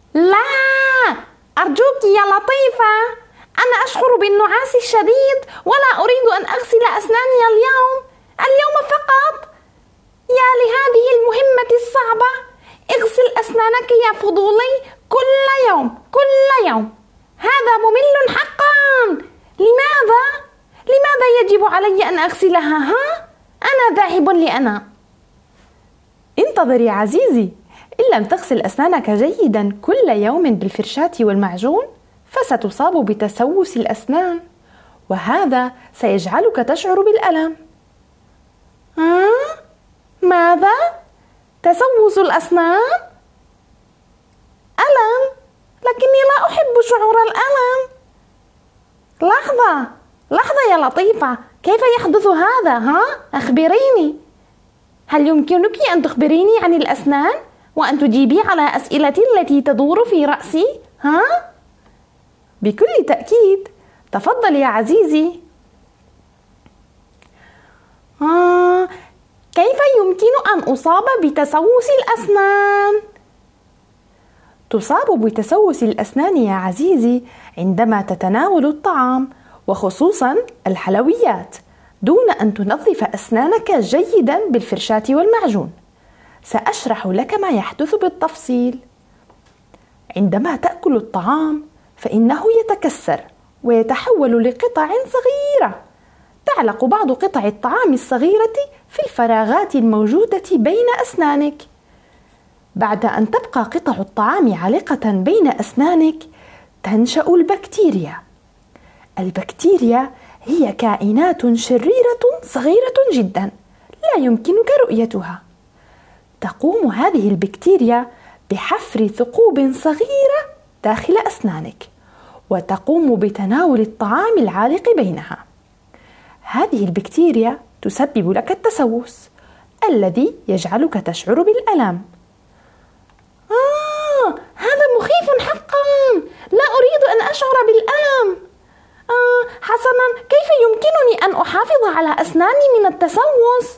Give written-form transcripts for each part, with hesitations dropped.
لا، أرجوك يا لطيفة، أنا أشعر بالنعاس الشديد ولا أريد أن أغسل أسناني اليوم فقط. يا لهذه المهمة الصعبة، اغسل أسنانك يا فضولي كل يوم. هذا ممل حقا. لماذا يجب علي أن أغسلها؟ أنا ذاهب لأنام. انتظر يا عزيزي، إن لم تغسل أسنانك جيدا كل يوم بالفرشاة والمعجون فستصاب بتسوس الأسنان، وهذا سيجعلك تشعر بالألم. ماذا؟ تسوس الأسنان؟ ألم؟ لكني لا أحب شعور الألم. لحظة يا لطيفة، كيف يحدث هذا؟ أخبريني. هل يمكنك أن تخبريني عن الأسنان وأن تجيبي على أسئلتي التي تدور في رأسي؟ بكل تأكيد، تفضل يا عزيزي. كيف يمكن أن أصاب بتسوس الأسنان؟ تصاب بتسوس الأسنان يا عزيزي عندما تتناول الطعام، وخصوصا الحلويات، دون أن تنظف أسنانك جيدا بالفرشاة والمعجون. سأشرح لك ما يحدث بالتفصيل. عندما تأكل الطعام فإنه يتكسر ويتحول لقطع صغيرة. تعلق بعض قطع الطعام الصغيرة في الفراغات الموجودة بين أسنانك. بعد أن تبقى قطع الطعام عالقة بين أسنانك تنشأ البكتيريا. البكتيريا هي كائنات شريرة صغيرة جدا لا يمكنك رؤيتها. تقوم هذه البكتيريا بحفر ثقوب صغيرة داخل أسنانك، وتقوم بتناول الطعام العالق بينها. هذه البكتيريا تسبب لك التسوس الذي يجعلك تشعر بالألم. هذا مخيف حقا، لا أريد أن أشعر بالألم. حسنا، كيف يمكنني أن أحافظ على أسناني من التسوس؟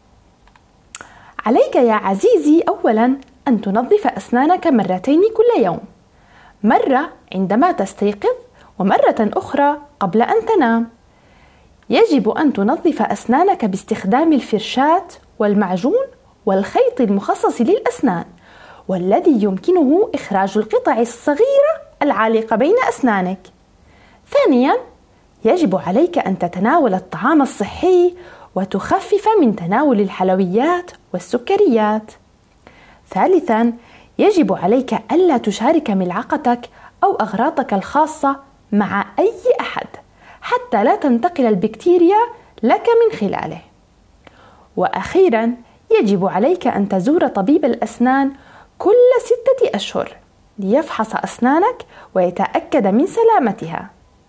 عليك يا عزيزي أولا أن تنظف أسنانك مرتين كل يوم، مرة عندما تستيقظ ومرة أخرى قبل أن تنام. يجب أن تنظف أسنانك باستخدام الفرشاة والمعجون والخيط المخصص للأسنان، والذي يمكنه إخراج القطع الصغيرة العالقة بين أسنانك. ثانيا، يجب عليك أن تتناول الطعام الصحي وتخفف من تناول الحلويات والسكريات. ثالثا، يجب عليك ألا تشارك ملعقتك أو أغراضك الخاصة مع أي أحد حتى لا تنتقل البكتيريا لك من خلاله. وأخيرا، يجب عليك أن تزور طبيب الأسنان كل 6 أشهر ليفحص أسنانك ويتأكد من سلامتها.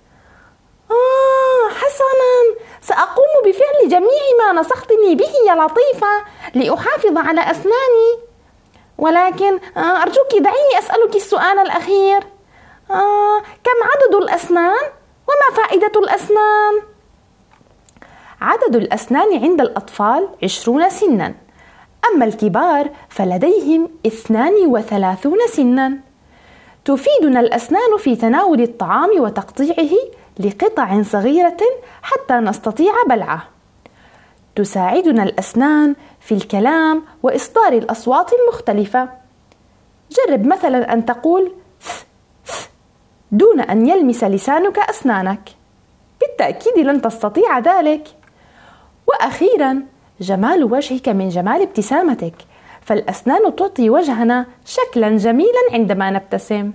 حسنا، سأقوم بفعل جميع ما نصحتني به يا لطيفة لأحافظ على أسناني. ولكن أرجوك دعيني أسألك السؤال الأخير. كم عدد الأسنان؟ وما فائدة الأسنان؟ عدد الأسنان عند الأطفال 20 سنا، أما الكبار فلديهم 32 سنا. تفيدنا الأسنان في تناول الطعام وتقطيعه لقطع صغيرة حتى نستطيع بلعه. تساعدنا الأسنان في الكلام وإصدار الأصوات المختلفة. جرب مثلا أن تقول ث ث دون أن يلمس لسانك أسنانك. بالتأكيد لن تستطيع ذلك. وأخيرا، جمال وجهك من جمال ابتسامتك، فالأسنان تعطي وجهنا شكلا جميلا عندما نبتسم.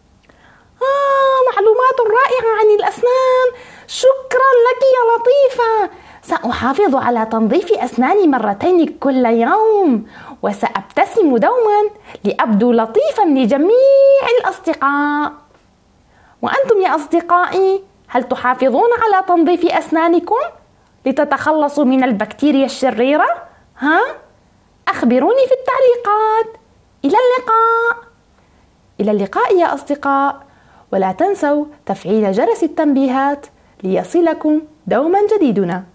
معلومات رائعة عن الأسنان، شكرا لك يا لطيفة. سأحافظ على تنظيف أسناني مرتين كل يوم، وسأبتسم دوما لأبدو لطيفا لجميع الأصدقاء. وأنتم يا أصدقائي، هل تحافظون على تنظيف أسنانكم لتتخلصوا من البكتيريا الشريرة؟ أخبروني في التعليقات. إلى اللقاء يا أصدقاء، ولا تنسوا تفعيل جرس التنبيهات ليصلكم دوما جديدنا.